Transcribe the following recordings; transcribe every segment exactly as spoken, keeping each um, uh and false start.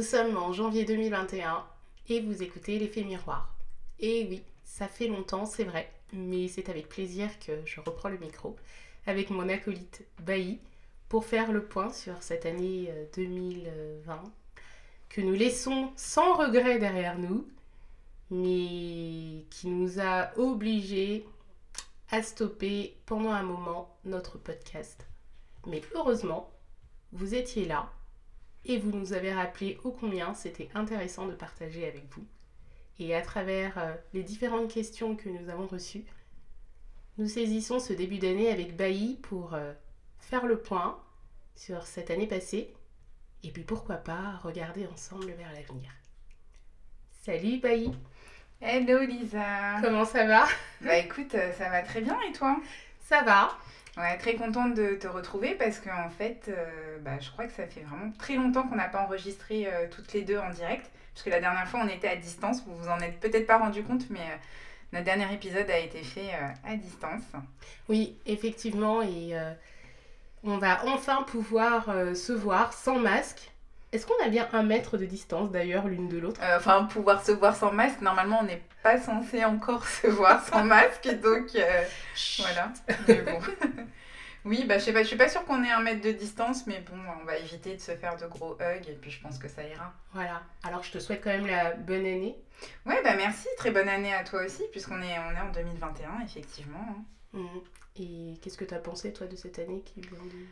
sommes en janvier deux mille vingt et un et vous écoutez l'effet miroir. Et oui, ça fait longtemps, c'est vrai, mais c'est avec plaisir que je reprends le micro avec mon acolyte Bailly pour faire le point sur cette année deux mille vingt que nous laissons sans regret derrière nous, mais qui nous a obligés à stopper pendant un moment notre podcast. Mais heureusement, vous étiez là et vous nous avez rappelé ô combien c'était intéressant de partager avec vous. Et à travers euh, les différentes questions que nous avons reçues, nous saisissons ce début d'année avec Bailly pour euh, faire le point sur cette année passée et puis pourquoi pas regarder ensemble vers l'avenir. Salut Bailly. Hello Lisa. Comment ça va? Bah écoute, ça va très bien et toi? Ça va. Ouais, très contente de te retrouver parce qu'en fait, euh, bah, je crois que ça fait vraiment très longtemps qu'on n'a pas enregistré euh, toutes les deux en direct. Parce que la dernière fois, on était à distance. Vous vous en êtes peut-être pas rendu compte, mais euh, notre dernier épisode a été fait euh, à distance. Oui, effectivement. Et euh, on va enfin pouvoir euh, se voir sans masque. Est-ce qu'on a bien un mètre de distance d'ailleurs l'une de l'autre? euh, Enfin, pouvoir se voir sans masque, normalement, on n'est pas censé encore se voir sans masque. Donc, euh, voilà. Mais bon. Oui, bah, je sais pas, je suis pas sûre qu'on ait un mètre de distance, mais bon, on va éviter de se faire de gros hugs et puis je pense que ça ira. Voilà, alors je te souhaite quand même la bonne année. Ouais, bah merci, très bonne année à toi aussi, puisqu'on est, on est en deux mille vingt et un, effectivement. Mmh. Et qu'est-ce que tu as pensé, toi, de cette année qui vient de...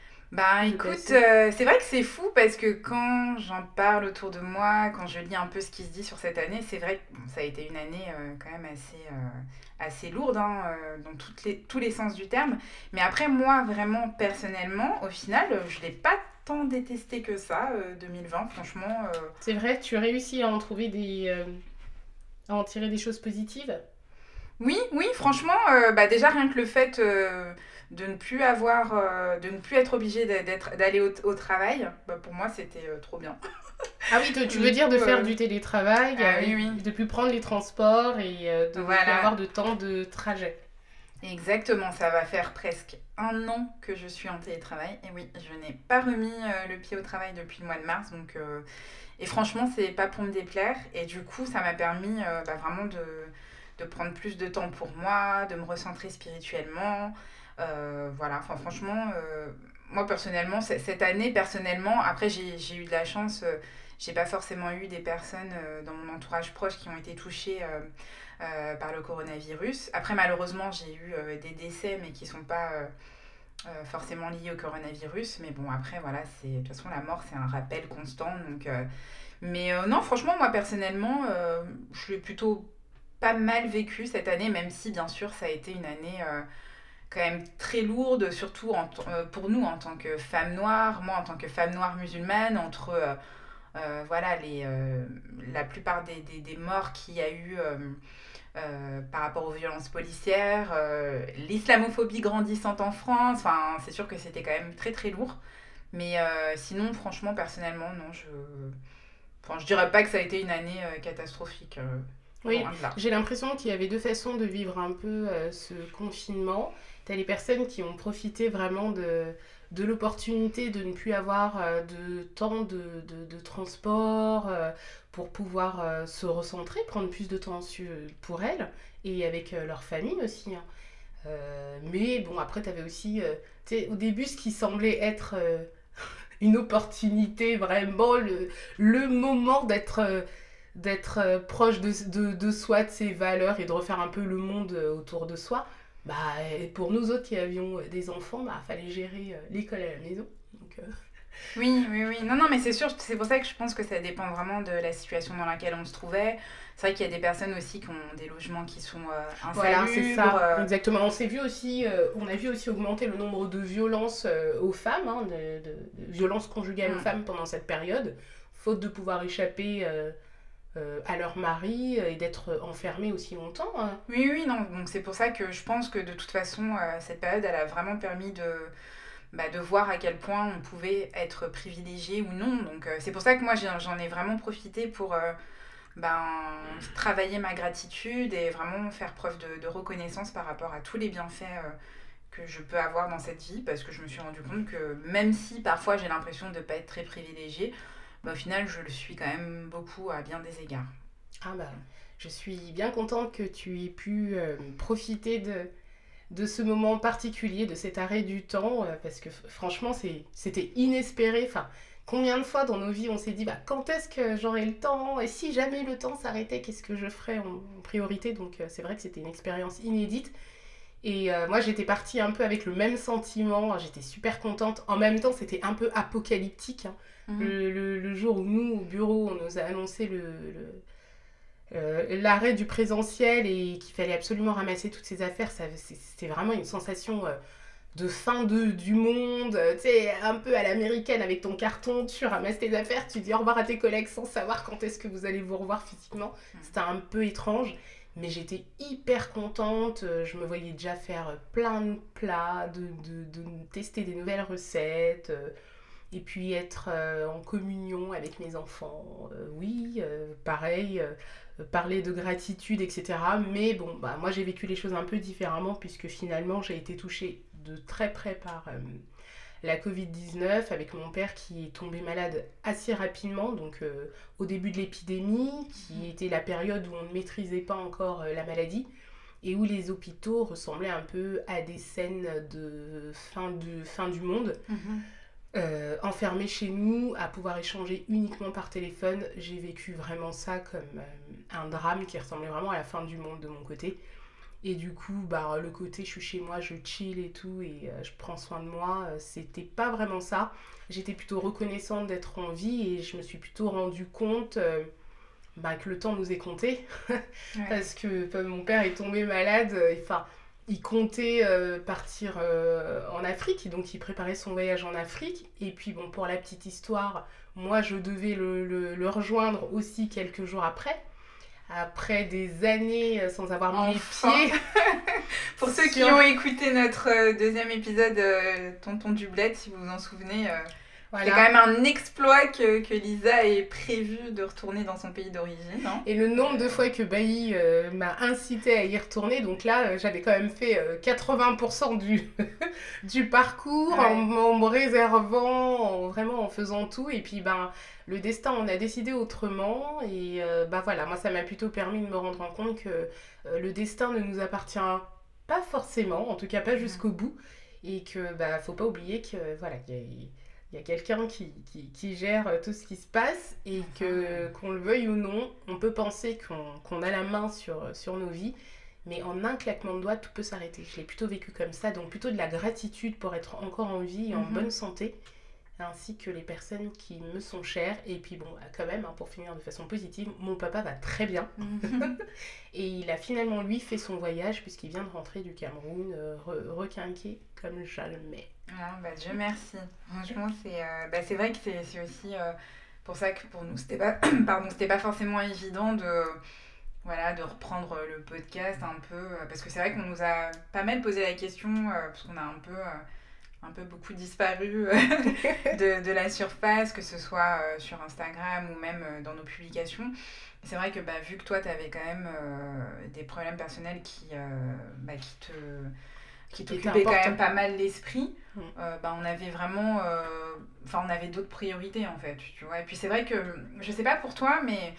Bah de écoute, euh, c'est vrai que c'est fou parce que quand j'en parle autour de moi, quand je lis un peu ce qui se dit sur cette année, c'est vrai que bon, ça a été une année euh, quand même assez, euh, assez lourde hein, euh, dans toutes les, tous les sens du terme. Mais après, moi, vraiment, personnellement, au final, je l'ai pas tant détesté que ça, euh, deux mille vingt, franchement. Euh... C'est vrai, tu réussis à en trouver des... Euh, à en tirer des choses positives? Oui, oui, franchement, euh, bah déjà rien que le fait euh, de ne plus avoir, euh, de ne plus être obligé d'être, d'aller au, au travail, bah pour moi c'était euh, trop bien. Ah oui, tu veux dire de faire euh... du télétravail, ah, euh, oui, oui. de plus prendre les transports et euh, de ne voilà. plus avoir de temps de trajet. Exactement, ça va faire presque un an que je suis en télétravail. Et oui, je n'ai pas remis euh, le pied au travail depuis le mois de mars. Donc, euh, et franchement, c'est pas pour me déplaire. Et du coup, ça m'a permis euh, bah, vraiment de, de prendre plus de temps pour moi, de me recentrer spirituellement. Euh, voilà, enfin, franchement, euh, moi personnellement, cette année, personnellement, après j'ai, j'ai eu de la chance. Euh, j'ai pas forcément eu des personnes euh, dans mon entourage proche qui ont été touchées euh, euh, par le coronavirus. Après, malheureusement, j'ai eu euh, des décès, mais qui sont pas euh, euh, forcément liés au coronavirus. Mais bon, après, voilà, c'est, de toute façon, la mort, c'est un rappel constant. Donc, euh, mais euh, non, franchement, moi, personnellement, euh, je l'ai plutôt pas mal vécu cette année, même si, bien sûr, ça a été une année... Euh, quand même très lourde, surtout en t- euh, pour nous en tant que femmes noires, moi en tant que femme noire musulmane, entre euh, euh, voilà, les, euh, la plupart des, des, des morts qu'il y a eu euh, euh, par rapport aux violences policières, euh, l'islamophobie grandissante en France, enfin, c'est sûr que c'était quand même très très lourd. Mais euh, sinon, franchement, personnellement, non, je... Enfin, je dirais pas que ça a été une année euh, catastrophique. Euh, Oui, j'ai l'impression qu'il y avait deux façons de vivre un peu euh, ce confinement. Tu as les personnes qui ont profité vraiment de, de l'opportunité de ne plus avoir euh, de temps de, de, de transport euh, pour pouvoir euh, se recentrer, prendre plus de temps su- pour elles et avec euh, leur famille aussi. Hein. Euh, mais bon, après, tu avais aussi, euh, tu sais, au début, ce qui semblait être euh, une opportunité, vraiment le, le moment d'être... Euh, d'être euh, proche de, de, de soi, de ses valeurs et de refaire un peu le monde euh, autour de soi, bah, pour nous autres qui avions des enfants, bah, fallait gérer euh, l'école à la maison. Donc, euh... Oui, oui, oui. Non, non, mais c'est sûr, c'est pour ça que je pense que ça dépend vraiment de la situation dans laquelle on se trouvait. C'est vrai qu'il y a des personnes aussi qui ont des logements qui sont euh, insalubres. Voilà, c'est ça, euh... exactement. On s'est vu aussi, euh, on a vu aussi augmenter le nombre de violences euh, aux femmes, hein, de, de, de violences conjugales mmh. aux femmes pendant cette période, faute de pouvoir échapper... Euh, Euh, à leur mari et d'être enfermés aussi longtemps. Hein. Oui, oui, non. Donc c'est pour ça que je pense que de toute façon, euh, cette période, elle a vraiment permis de, bah, de voir à quel point on pouvait être privilégié ou non. Donc euh, c'est pour ça que moi, j'en ai vraiment profité pour euh, ben, travailler ma gratitude et vraiment faire preuve de, de reconnaissance par rapport à tous les bienfaits euh, que je peux avoir dans cette vie, parce que je me suis rendu compte que même si parfois j'ai l'impression de ne pas être très privilégiée, bah, au final, je le suis quand même beaucoup à bien des égards. Ah bah, je suis bien contente que tu aies pu euh, profiter de, de ce moment particulier, de cet arrêt du temps, euh, parce que f- franchement, c'est, c'était inespéré. Enfin, combien de fois dans nos vies on s'est dit, bah, quand est-ce que j'aurai le temps? Et si jamais le temps s'arrêtait, qu'est-ce que je ferais en, en priorité? Donc euh, c'est vrai que c'était une expérience inédite. Et euh, moi, j'étais partie un peu avec le même sentiment. J'étais super contente. En même temps, c'était un peu apocalyptique, hein. Mhm. Le, le- le jour où nous, au bureau, on nous a annoncé le, le- euh, l'arrêt du présentiel et qu'il fallait absolument ramasser toutes ces affaires, ça, c'était vraiment une sensation euh, de fin de, du monde. Euh, tu sais, un peu à l'américaine avec ton carton, tu ramasses tes affaires, tu dis au revoir à tes collègues sans savoir quand est-ce que vous allez vous revoir physiquement. C'était un peu étrange. Mais j'étais hyper contente, euh, je me voyais déjà faire euh, plein de plats, de, de, de tester des nouvelles recettes, euh, et puis être euh, en communion avec mes enfants. Euh, oui, euh, pareil, euh, parler de gratitude, et cetera. Mais bon, bah, moi j'ai vécu les choses un peu différemment puisque finalement j'ai été touchée de très près par euh, la covid dix-neuf avec mon père qui est tombé malade assez rapidement, donc euh, au début de l'épidémie, qui était la période où on ne maîtrisait pas encore euh, la maladie et où les hôpitaux ressemblaient un peu à des scènes de fin, de, fin du monde. Mhm. Euh, enfermée chez nous, à pouvoir échanger uniquement par téléphone, j'ai vécu vraiment ça comme euh, un drame qui ressemblait vraiment à la fin du monde de mon côté. Et du coup, bah, le côté je suis chez moi, je chill et tout, et euh, je prends soin de moi, euh, c'était pas vraiment ça. J'étais plutôt reconnaissante d'être en vie et je me suis plutôt rendu compte euh, bah, que le temps nous est compté. Ouais. Parce que euh, mon père est tombé malade, euh, enfin, il comptait euh, partir euh, en Afrique, donc il préparait son voyage en Afrique. Et puis, bon, pour la petite histoire, moi, je devais le, le, le rejoindre aussi quelques jours après. Après des années euh, sans avoir mis Enfin. les pieds. Pour ceux qui sur- ont écouté notre euh, deuxième épisode, euh, Tonton du Bled, si vous vous en souvenez, euh, c'est Voilà. quand même un exploit que, que Lisa ait prévu de retourner dans son pays d'origine. Hein. Et le nombre de fois que Bailly euh, m'a incité à y retourner, donc là, euh, j'avais quand même fait euh, quatre-vingts pour cent du, du parcours Ouais. en, en me réservant, en, vraiment en faisant tout. Et puis, ben, le destin, on a décidé autrement. Et euh, ben voilà, moi, ça m'a plutôt permis de me rendre compte que euh, le destin ne nous appartient pas forcément, en tout cas pas jusqu'au bout. Et que, bah, faut pas oublier que, voilà, qu'il y a, il y a quelqu'un qui, qui, qui gère tout ce qui se passe et que, qu'on le veuille ou non, on peut penser qu'on, qu'on a la main sur, sur nos vies, mais en un claquement de doigts, tout peut s'arrêter. Je l'ai plutôt vécu comme ça, donc plutôt de la gratitude pour être encore en vie et en Mhm. bonne santé, ainsi que les personnes qui me sont chères. Et puis bon, quand même, hein, pour finir de façon positive, mon papa va très bien. Mhm. Et il a finalement, lui, fait son voyage puisqu'il vient de rentrer du Cameroun, euh, re- requinqué comme jamais. Ah, bah, Dieu merci. Franchement, c'est euh, bah, c'est vrai que c'est, c'est aussi euh, pour ça que pour nous, c'était pas, pardon, c'était pas forcément évident de, voilà, de reprendre le podcast un peu. euh, Parce que c'est vrai qu'on nous a pas mal posé la question, euh, parce qu'on a un peu, euh, un peu beaucoup disparu euh, de, de la surface, que ce soit euh, sur Instagram ou même euh, dans nos publications. Et c'est vrai que bah, vu que toi, tu avais quand même euh, des problèmes personnels qui, euh, bah, qui te qui Qui était t'occupait quand important. même pas mal l'esprit, Mm. euh, bah, on avait vraiment euh, enfin on avait d'autres priorités en fait, tu vois. Et puis c'est vrai que je sais pas pour toi, mais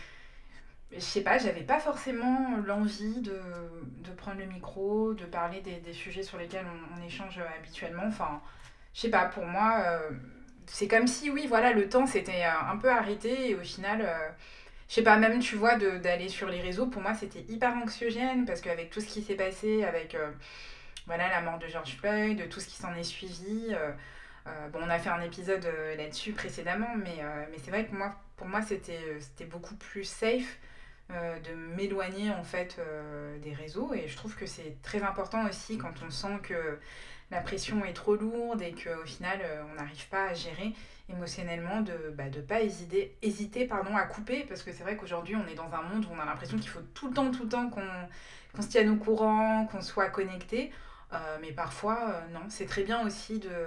je sais pas, j'avais pas forcément l'envie de, de prendre le micro, de parler des, des sujets sur lesquels on, on échange habituellement. Enfin, je sais pas, pour moi, euh, c'est comme si, oui, voilà, le temps s'était euh, un peu arrêté et au final, euh, je sais pas, même, tu vois, de, d'aller sur les réseaux, pour moi, c'était hyper anxiogène parce qu'avec tout ce qui s'est passé, avec euh, voilà, la mort de George Floyd, tout ce qui s'en est suivi. Euh, euh, bon, on a fait un épisode euh, là-dessus précédemment, mais, euh, mais c'est vrai que moi, pour moi, c'était, c'était beaucoup plus safe euh, de m'éloigner en fait euh, des réseaux. Et je trouve que c'est très important aussi quand on sent que la pression est trop lourde et qu'au final, euh, on n'arrive pas à gérer émotionnellement, de ne bah, de pas hésiter, hésiter pardon, à couper. Parce que c'est vrai qu'aujourd'hui, on est dans un monde où on a l'impression qu'il faut tout le temps, tout le temps qu'on, qu'on se tienne au courant, qu'on soit connecté. Euh, mais parfois, euh, non, c'est très bien aussi de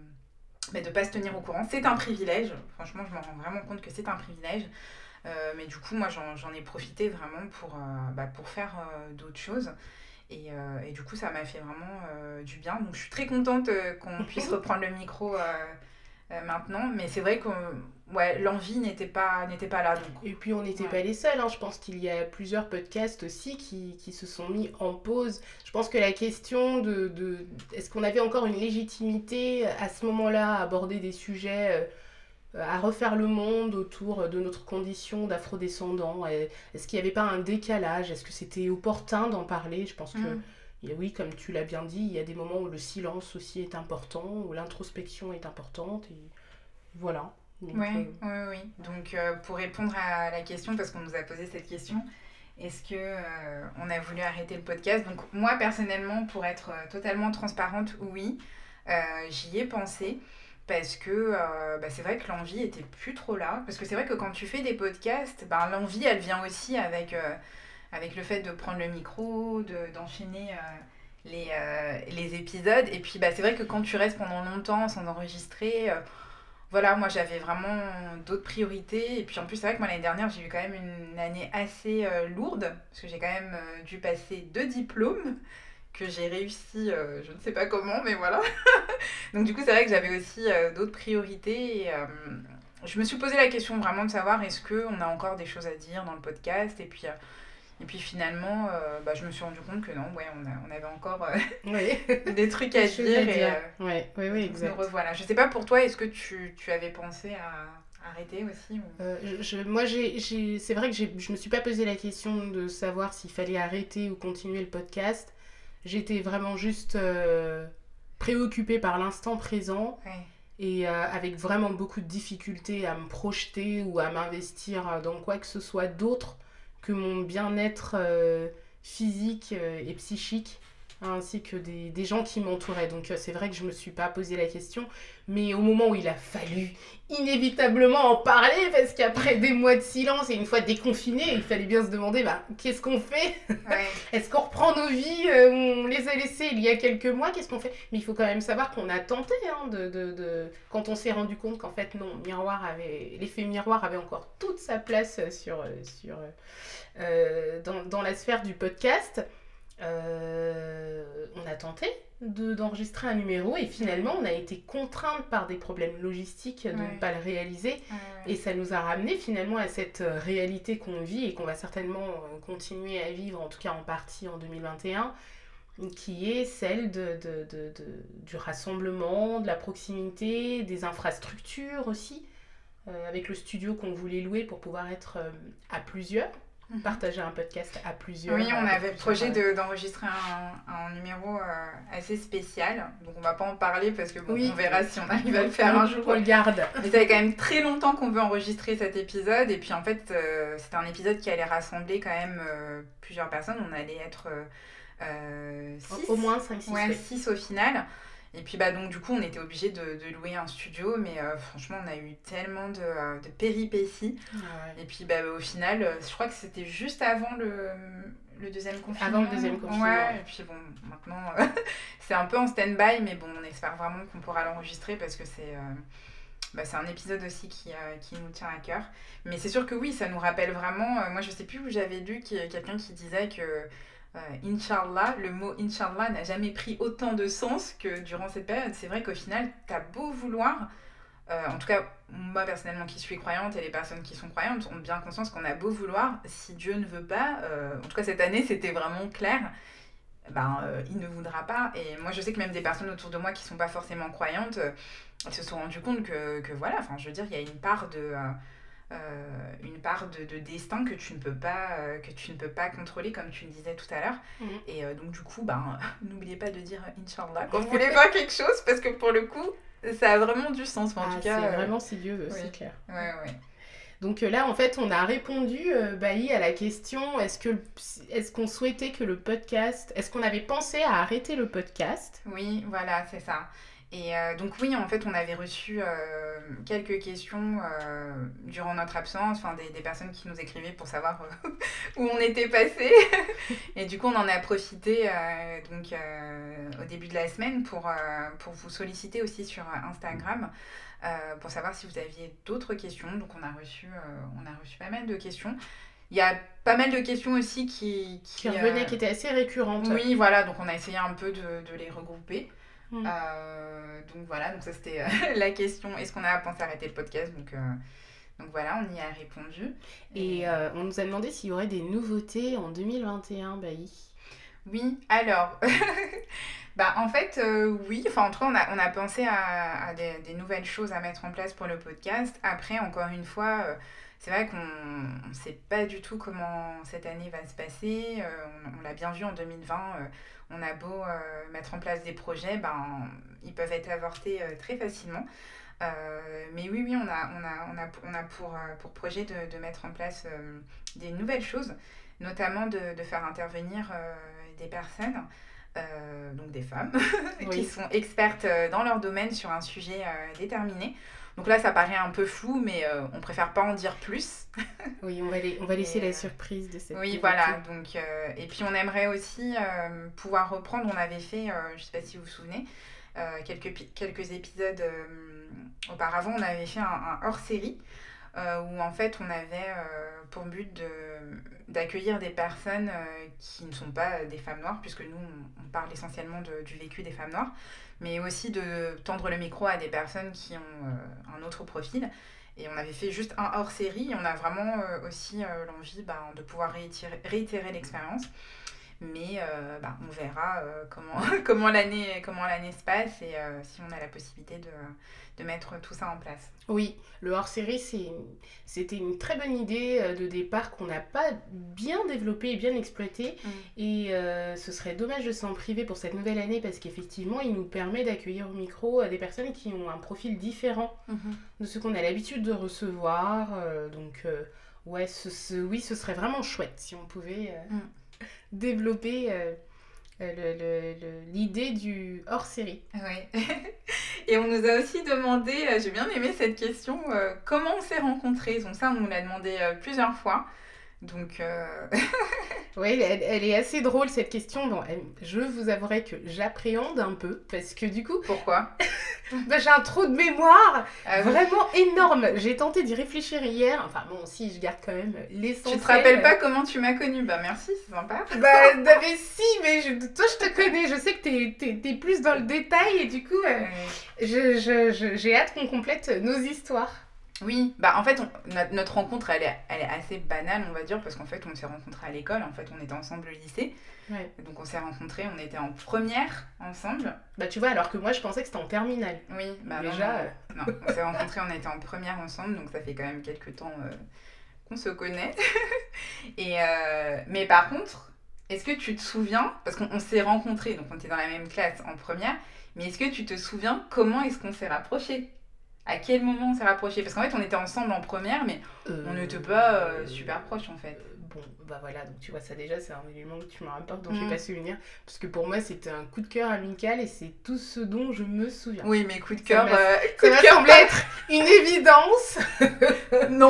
ne de pas se tenir au courant. C'est un privilège, franchement, je me rends vraiment compte que c'est un privilège. Euh, mais du coup, moi, j'en, j'en ai profité vraiment pour, euh, bah, pour faire euh, d'autres choses. Et, euh, et du coup, ça m'a fait vraiment euh, du bien. Donc, je suis très contente euh, qu'on puisse reprendre le micro euh, euh, maintenant. Mais c'est vrai que ouais, l'envie n'était pas, n'était pas là. Donc, Et puis on n'était ouais. pas les seuls, hein. Je pense qu'il y a plusieurs podcasts aussi qui, qui se sont mis en pause. Je pense que la question de, de est-ce qu'on avait encore une légitimité à ce moment-là à aborder des sujets, euh, à refaire le monde autour de notre condition d'afrodescendants, euh, est-ce qu'il n'y avait pas un décalage? Est-ce que c'était opportun d'en parler? Je pense que Mm. et oui, comme tu l'as bien dit, il y a des moments où le silence aussi est important, où l'introspection est importante. Et voilà. Donc, Ouais, euh, oui, oui. Donc, euh, pour répondre à la question, parce qu'on nous a posé cette question, est-ce que euh, on a voulu arrêter le podcast? Donc, moi, personnellement, pour être euh, totalement transparente, oui, euh, j'y ai pensé. Parce que euh, bah, c'est vrai que l'envie était plus trop là. Parce que c'est vrai que quand tu fais des podcasts, bah, l'envie, elle vient aussi avec, euh, avec le fait de prendre le micro, de, d'enchaîner euh, les, euh, les épisodes. Et puis, bah, c'est vrai que quand tu restes pendant longtemps sans enregistrer, euh, voilà, moi j'avais vraiment d'autres priorités. Et puis en plus, c'est vrai que moi l'année dernière, j'ai eu quand même une année assez euh, lourde, parce que j'ai quand même euh, dû passer deux diplômes que j'ai réussi, euh, je ne sais pas comment, mais voilà. Donc du coup, c'est vrai que j'avais aussi euh, d'autres priorités. Et, euh, je me suis posé la question vraiment de savoir est-ce qu'on a encore des choses à dire dans le podcast. Et puis, euh, et puis finalement, euh, bah, je me suis rendu compte que non, ouais, on, a, on avait encore euh, oui. des trucs Des à choses dire. à Et, dire. euh, Ouais, oui, et oui, donc nous exact. revoilà. Je sais pas pour toi, est-ce que tu, tu avais pensé à arrêter aussi ou... Euh, je, je- moi, j'ai, j'ai- c'est vrai que j'ai, je me suis pas posé la question de savoir s'il fallait arrêter ou continuer le podcast. J'étais vraiment juste euh, préoccupée par l'instant présent Ouais. et euh, avec vraiment beaucoup de difficultés à me projeter ou à m'investir dans quoi que ce soit d'autre que mon bien-être euh, physique euh, et psychique, ainsi que des, des gens qui m'entouraient. Donc euh, c'est vrai que je me suis pas posé la question, mais au moment où il a fallu inévitablement en parler, parce qu'après des mois de silence et une fois déconfiné, il fallait bien se demander bah, qu'est-ce qu'on fait. Ouais. Est-ce qu'on reprend nos vies euh, On les a laissées il y a quelques mois, qu'est-ce qu'on fait? Mais il faut quand même savoir qu'on a tenté, hein, de, de, de... quand on s'est rendu compte qu'en fait, non, miroir avait... l'effet miroir avait encore toute sa place sur, sur, euh, dans, dans la sphère du podcast. Euh, on a tenté de, d'enregistrer un numéro et finalement on a été contrainte par des problèmes logistiques de Ouais. ne pas le réaliser Ouais, ouais. et ça nous a ramené finalement à cette réalité qu'on vit et qu'on va certainement continuer à vivre, en tout cas en partie en deux mille vingt et un, qui est celle de, de, de, de, du rassemblement, de la proximité, des infrastructures aussi, euh, avec le studio qu'on voulait louer pour pouvoir être euh, à plusieurs, Mhm. partager un podcast à plusieurs. Oui, on avec avait le plusieurs, projet euh, de, d'enregistrer un, un numéro euh, assez spécial. Donc on va pas en parler parce que bon, Oui. on verra si on arrive à le faire on, un jour. On le garde. Mais ça fait quand même très longtemps qu'on veut enregistrer cet épisode. Et puis en fait, euh, c'était un épisode qui allait rassembler quand même euh, plusieurs personnes. On allait être euh, six. Au moins cinq six. Ouais, Oui. six au final. Et puis bah donc du coup on était obligé de, de louer un studio, mais euh, franchement on a eu tellement de, euh, de péripéties. Ah ouais. Et puis bah, au final, euh, je crois que c'était juste avant le, le deuxième confinement. Avant le deuxième confinement. Ouais, et puis bon, maintenant euh, c'est un peu en stand-by, mais bon, on espère vraiment qu'on pourra l'enregistrer parce que c'est, euh, bah, c'est un épisode aussi qui, euh, qui nous tient à cœur. Mais c'est sûr que oui, ça nous rappelle vraiment. Euh, moi je sais plus où j'avais lu qu'il y a quelqu'un qui disait que. Euh, Inch'Allah, le mot Inch'Allah n'a jamais pris autant de sens que durant cette période. C'est vrai qu'au final, t'as beau vouloir, euh, en tout cas, moi personnellement qui suis croyante et les personnes qui sont croyantes ont bien conscience qu'on a beau vouloir, si Dieu ne veut pas, euh, en tout cas cette année c'était vraiment clair, ben euh, il ne voudra pas. Et moi je sais que même des personnes autour de moi qui sont pas forcément croyantes, euh, elles se sont rendues compte que, que voilà, enfin je veux dire, il y a une part de... Euh, euh, une part de, de destin que tu ne peux pas euh, que tu ne peux pas contrôler comme tu le disais tout à l'heure. Mmh. Et euh, donc du coup ben n'oubliez pas de dire Inch'Allah quand vous voulez faire quelque chose parce que pour le coup ça a vraiment du sens. En ah, tout cas c'est euh... vraiment si Dieu veut, oui. C'est clair. Ouais, ouais. Donc là, en fait, on a répondu, euh, Bailly, à la question est-ce, que, est-ce qu'on souhaitait que le podcast... Est-ce qu'on avait pensé à arrêter le podcast? Oui, voilà, c'est ça. Et euh, donc oui, en fait, on avait reçu euh, quelques questions euh, durant notre absence, enfin des, des personnes qui nous écrivaient pour savoir euh, où on était passé. Et du coup, on en a profité euh, donc, euh, au début de la semaine pour, euh, pour vous solliciter aussi sur Instagram euh, pour savoir si vous aviez d'autres questions. Donc on a reçu, euh, on a reçu pas mal de questions. Il y a pas mal de questions aussi qui... Qui, qui revenaient, euh... qui étaient assez récurrentes. Oui, voilà, donc on a essayé un peu de, de les regrouper. Mmh. Euh, donc voilà, donc ça c'était euh, la question, est-ce qu'on a pensé arrêter le podcast, donc, euh, donc voilà, on y a répondu. Et, et euh, on nous a demandé s'il y aurait des nouveautés en deux mille vingt et un, Bailly. Oui, alors, bah en fait, euh, oui, enfin en tout cas, on a, on a pensé à, à des, des nouvelles choses à mettre en place pour le podcast. Après, encore une fois, euh, c'est vrai qu'on ne sait pas du tout comment cette année va se passer. Euh, on on l'a bien vu en deux mille vingt, euh, on a beau euh, mettre en place des projets, ben, ils peuvent être avortés euh, très facilement. Euh, mais oui, oui, on a, on a, on a, on a pour, euh, pour projet de, de mettre en place euh, des nouvelles choses, notamment de, de faire intervenir euh, des personnes, euh, donc des femmes, oui. qui sont expertes euh, dans leur domaine sur un sujet euh, déterminé. Donc là, ça paraît un peu flou, mais euh, on préfère pas en dire plus. Oui, on va, les, on va laisser et, la surprise de cette Oui, nouveauté. voilà. Donc, euh, et puis, on aimerait aussi euh, pouvoir reprendre, on avait fait, euh, je sais pas si vous vous souvenez, euh, quelques, quelques épisodes euh, auparavant, on avait fait un, un hors-série euh, où en fait on avait euh, pour but de, d'accueillir des personnes euh, qui ne sont pas des femmes noires, puisque nous on, on parle essentiellement de, du vécu des femmes noires, mais aussi de tendre le micro à des personnes qui ont euh, un autre profil. Et on avait fait juste un hors-série et on a vraiment euh, aussi euh, l'envie bah, de pouvoir réitérer, réitérer l'expérience. Mais euh, bah, on verra euh, comment, comment, l'année, comment l'année se passe et euh, si on a la possibilité de, de mettre tout ça en place. Oui, le hors-série, c'est, c'était une très bonne idée de départ qu'on n'a pas bien développée et bien exploitée. Mmh. Et euh, ce serait dommage de s'en priver pour cette nouvelle année parce qu'effectivement, il nous permet d'accueillir au micro des personnes qui ont un profil différent mmh. de ce qu'on a l'habitude de recevoir. Euh, donc, euh, ouais, ce, ce, oui, ce serait vraiment chouette si on pouvait... Euh, mmh. développer euh, le, le, le, l'idée du hors-série. Oui. Et on nous a aussi demandé, euh, j'ai bien aimé cette question, euh, comment on s'est rencontrés. Donc ça, on nous l'a demandé euh, plusieurs fois. Donc... Euh... oui, elle, elle est assez drôle cette question. Bon, elle, je vous avouerai que j'appréhende un peu parce que du coup... Pourquoi? bah, j'ai un trou de mémoire ah, vraiment oui. énorme. J'ai tenté d'y réfléchir hier. Enfin bon, si, je garde quand même l'essentiel. Tu te rappelles pas comment tu m'as connue? Bah merci, c'est sympa. Bah mais si, mais je, toi je te connais. Je sais que t'es, t'es, t'es plus dans le détail et du coup, euh, oui. je, je, je, j'ai hâte qu'on complète nos histoires. Oui, bah en fait, on, notre, notre rencontre, elle est, elle est assez banale, on va dire, parce qu'en fait, on s'est rencontrés à l'école, en fait, on était ensemble au lycée. Ouais. Donc on s'est rencontrés, on était en première ensemble. Bah tu vois, alors que moi, je pensais que c'était en terminale. Oui, bah déjà... Non, non. non, on s'est rencontrés, on était en première ensemble, donc ça fait quand même quelques temps euh, qu'on se connaît. Et euh, mais par contre, est-ce que tu te souviens, parce qu'on on s'est rencontrés, donc on était dans la même classe en première, mais est-ce que tu te souviens comment est-ce qu'on s'est rapprochés? À quel moment on s'est rapprochés? Parce qu'en fait, on était ensemble en première, mais euh, on n'était pas euh, super proches, en fait. Bon, bah voilà, donc tu vois, ça déjà, c'est un élément que tu me rapportes dont mmh. je n'ai pas souvenir. Parce que pour moi, c'était un coup de cœur amical et c'est tout ce dont je me souviens. Oui, mais coup de cœur... Ça, euh, ça m'a semblé être une évidence. Non.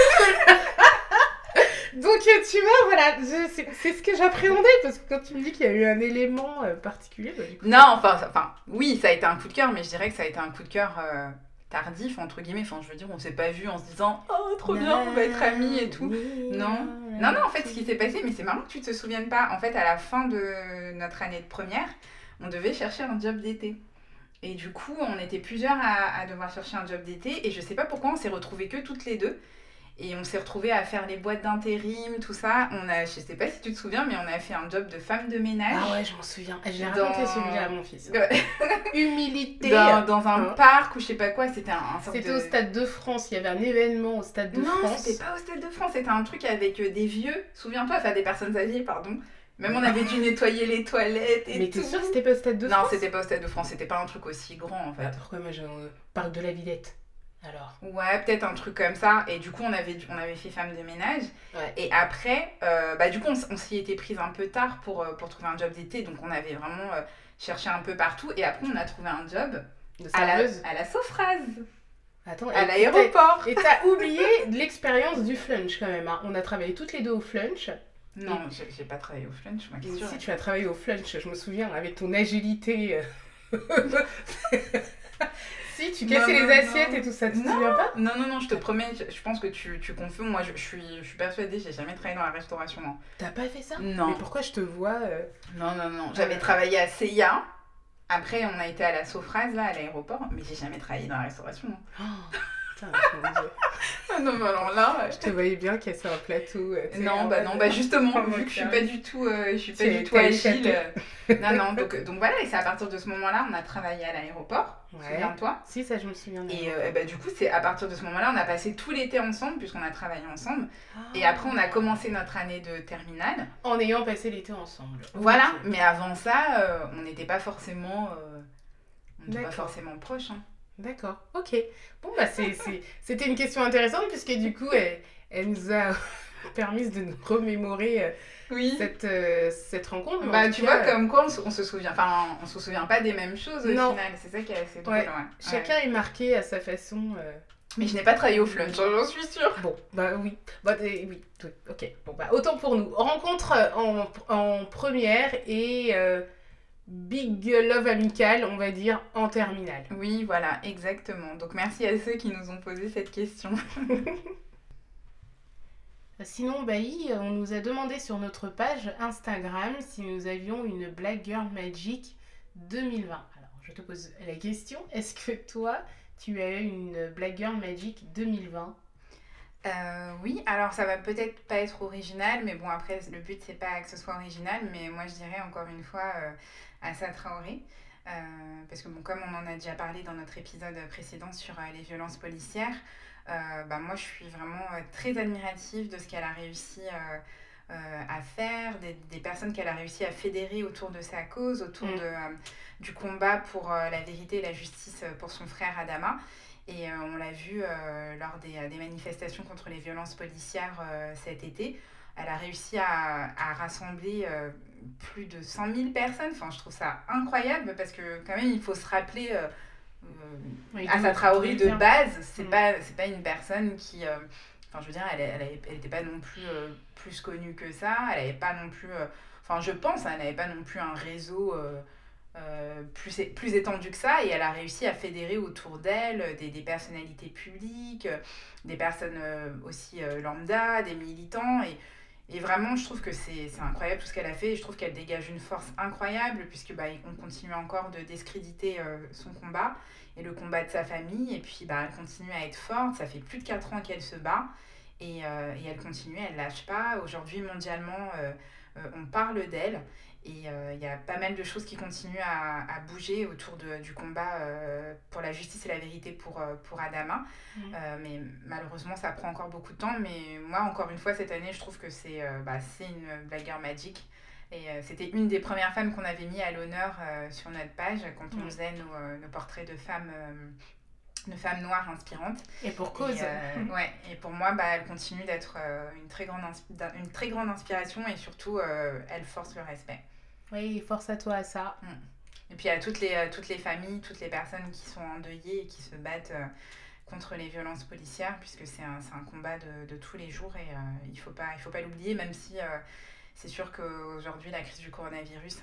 Donc, tu vois, voilà, je, c'est, c'est ce que j'appréhendais, parce que quand tu me dis qu'il y a eu un élément euh, particulier... Bah, du coup, non, enfin, enfin, oui, ça a été un coup de cœur, mais je dirais que ça a été un coup de cœur... Euh... tardif entre guillemets, enfin je veux dire on s'est pas vu en se disant oh trop bien on va être amis et tout, non non non en fait ce qui s'est passé, mais c'est marrant que tu te souviennes pas, en fait à la fin de notre année de première on devait chercher un job d'été et du coup on était plusieurs à, à devoir chercher un job d'été et je sais pas pourquoi on s'est retrouvés que toutes les deux et on s'est retrouvés à faire les boîtes d'intérim, tout ça. On a, je sais pas si tu te souviens, mais on a fait un job de femme de ménage. Ah ouais, je m'en souviens. J'ai raconté dans... celui-là à mon fils. Humilité. Dans, dans un hein. parc ou je sais pas quoi, c'était un, un sorte C'était de... au Stade de France, il y avait un événement au Stade de non, France. Non, c'était pas au Stade de France, c'était un truc avec des vieux, souviens-toi, enfin des personnes âgées, pardon. Même on avait dû nettoyer les toilettes et mais tout. Mais t'es sûre que c'était pas au Stade de France? Non, c'était pas au Stade de France, c'était pas un truc aussi grand en fait. Ah, pourquoi moi je euh, parle de la Villette? Alors. Ouais, peut-être un truc comme ça. Et du coup, on avait, on avait fait femme de ménage. Ouais. Et après, euh, bah, du coup, on, on s'y était prise un peu tard pour, pour trouver un job d'été. Donc, on avait vraiment euh, cherché un peu partout. Et après, on a trouvé un job de à la, à la Sophrase. Attends, à et l'aéroport. Et t'as oublié l'expérience du flunch quand même. Hein. On a travaillé toutes les deux au flunch. Non, et... j'ai, j'ai pas travaillé au flunch. Moi, si, sûr, tu as travaillé au flunch, je me souviens, avec ton agilité. Si, tu cassais non, les assiettes non. et tout ça, tu te souviens pas? Non, non, non, je te promets, je, je pense que tu, tu confonds. Moi, je, je, suis, je suis persuadée, j'ai jamais travaillé dans la restauration. Non. T'as pas fait ça? Non. Mais pourquoi je te vois euh... Non, non, non. J'avais euh... travaillé à C I A. Après, on a été à la Sophrase, là, à l'aéroport, mais j'ai jamais travaillé dans la restauration. Oh, putain, mon Dieu. Ah non, mais alors là... Je te voyais bien casser un plateau. euh, tu sais, Non, en bah mode, non, bah euh, justement, en vu mode que je suis carré. pas du tout, euh, je suis pas Tu du as- tout t'as agile. échappé. euh, Non, non, donc, donc voilà, et c'est à partir de ce moment-là, on a travaillé à l'aéroport, Ouais. souviens-toi. Si, ça, je me souviens. Et d'ailleurs. euh, bah, du coup, c'est à partir de ce moment-là, on a passé tout l'été ensemble, puisqu'on a travaillé ensemble. Et Ah. après, on a commencé notre année de terminale. En ayant passé l'été ensemble. Voilà, Ok. mais avant ça, euh, on n'était pas forcément, euh, on n'était pas D'accord. forcément proches. Hein. D'accord, ok. Bon, bah, c'est, c'est- c'était une question intéressante puisque du coup, elle, elle nous a permis de nous remémorer euh, Oui. cette, euh, cette rencontre. mais en Bah, tout tu cas, vois, comme quoi on se, on se souvient, enfin, on se souvient pas des mêmes choses au Non. final. C'est ça qui est assez drôle. Ouais. Ouais. Ouais. Chacun est marqué à sa façon. euh. Mais je n'ai pas travaillé au flunch, j'en suis sûre. Bon, bah oui. Bah, des- oui, oui, ok. Bon, bah, autant pour nous. Rencontre euh, en, en première et euh, big love amical, on va dire, en terminale. Oui, voilà, exactement. Donc merci à ceux qui nous ont posé cette question. Sinon, Bailly, on nous a demandé sur notre page Instagram si nous avions une Black Girl Magic deux mille vingt. Alors, je te pose la question, est-ce que toi, tu as eu une Black Girl Magic deux mille vingt? Euh, oui, alors ça va peut-être pas être original, mais bon, après, le but c'est pas que ce soit original, mais moi je dirais encore une fois euh, Assa Traoré. Euh, parce que bon, comme on en a déjà parlé dans notre épisode précédent sur euh, les violences policières, euh, bah, moi je suis vraiment euh, très admirative de ce qu'elle a réussi euh, euh, à faire, des, des personnes qu'elle a réussi à fédérer autour de sa cause, autour Mm. de, euh, du combat pour euh, la vérité et la justice pour son frère Adama. Et euh, on l'a vu euh, lors des, des manifestations contre les violences policières euh, cet été. Elle a réussi à, à rassembler euh, plus de cent mille personnes. Enfin, je trouve ça incroyable parce que quand même, il faut se rappeler, euh, euh, Oui, Assa d'où- Traoré d'où de elle vient. base, c'est Mm. pas, c'est pas une personne qui... euh, Enfin, je veux dire, elle n'était elle, elle pas non plus euh, plus connue que ça. Elle n'avait pas non plus... euh, Enfin, je pense, hein, elle n'avait pas non plus un réseau... euh, euh, plus, plus étendue que ça, et elle a réussi à fédérer autour d'elle des, des personnalités publiques, des personnes euh, aussi euh, lambda, des militants, et, et vraiment je trouve que c'est c'est incroyable tout ce qu'elle a fait, et je trouve qu'elle dégage une force incroyable, puisque bah, on continue encore de discréditer euh, son combat, et le combat de sa famille, et puis bah, elle continue à être forte, ça fait plus de quatre ans qu'elle se bat, et, euh, et elle continue, elle lâche pas. Aujourd'hui mondialement, euh, euh, on parle d'elle, et il euh, y a pas mal de choses qui continuent à, à bouger autour de, du combat euh, pour la justice et la vérité pour, euh, pour Adama. Mm. Euh, mais malheureusement, ça prend encore beaucoup de temps. Mais moi, encore une fois, cette année, je trouve que c'est euh, bah, c'est une Black Girl Magic. Et euh, c'était une des premières femmes qu'on avait mis à l'honneur euh, sur notre page quand on Mm. faisait nos, euh, nos portraits de femmes, euh, de femmes noires inspirantes. Et pour cause. Et, euh, ouais, et pour moi, bah, elle continue d'être euh, une, très grande insp- une très grande inspiration, et surtout, euh, elle force le respect. Oui, force à toi à ça. Mm. Et puis à toutes les, euh, toutes les familles, toutes les personnes qui sont endeuillées et qui se battent euh, contre les violences policières, puisque c'est un, c'est un combat de, de tous les jours, et euh, il ne faut pas, il faut pas l'oublier, même si euh, c'est sûr qu'aujourd'hui la crise du coronavirus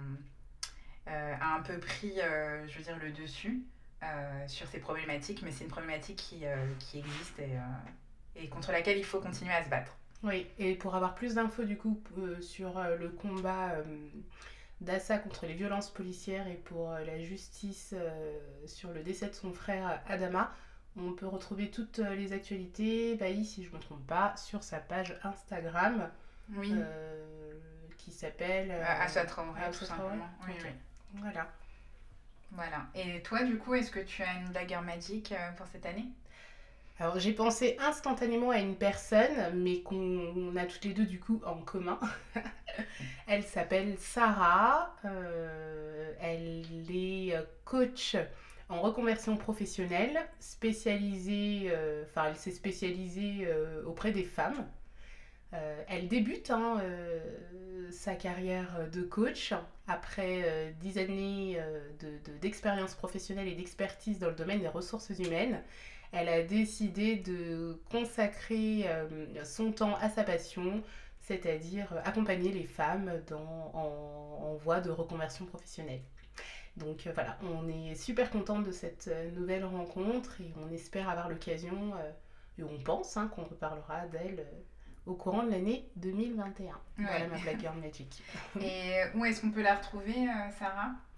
a, euh, a un peu pris euh, je veux dire, le dessus euh, sur ces problématiques, mais c'est une problématique qui, euh, qui existe, et, euh, et contre laquelle il faut continuer à se battre. Oui, et pour avoir plus d'infos du coup euh, sur euh, le combat euh, d'Assa contre les violences policières et pour euh, la justice euh, sur le décès de son frère Adama, on peut retrouver toutes euh, les actualités, Bailly, si je ne me trompe pas, sur sa page Instagram Oui, euh, qui s'appelle euh, euh, Assa Traoré, Assa tout Traoré. simplement. Oui, Ok. oui. Voilà. Voilà. Et toi, du coup, est-ce que tu as une Black Girl Magic euh, pour cette année? Alors j'ai pensé instantanément à une personne, mais qu'on a toutes les deux du coup en commun. Elle s'appelle Sarah, euh, elle est coach en reconversion professionnelle, spécialisée, euh, enfin elle s'est spécialisée euh, auprès des femmes. Euh, elle débute hein, euh, sa carrière de coach après euh, dix années euh, de, de, d'expérience professionnelle et d'expertise dans le domaine des ressources humaines. Elle a décidé de consacrer euh, son temps à sa passion, c'est-à-dire accompagner les femmes dans, en, en voie de reconversion professionnelle. Donc euh, voilà, on est super contente de cette euh, nouvelle rencontre et on espère avoir l'occasion, euh, et on pense hein, qu'on reparlera d'elle euh, au courant de l'année deux mille vingt et un. Ouais. Voilà ma Black Girl Magic. Et où est-ce qu'on peut la retrouver, euh, Sarah?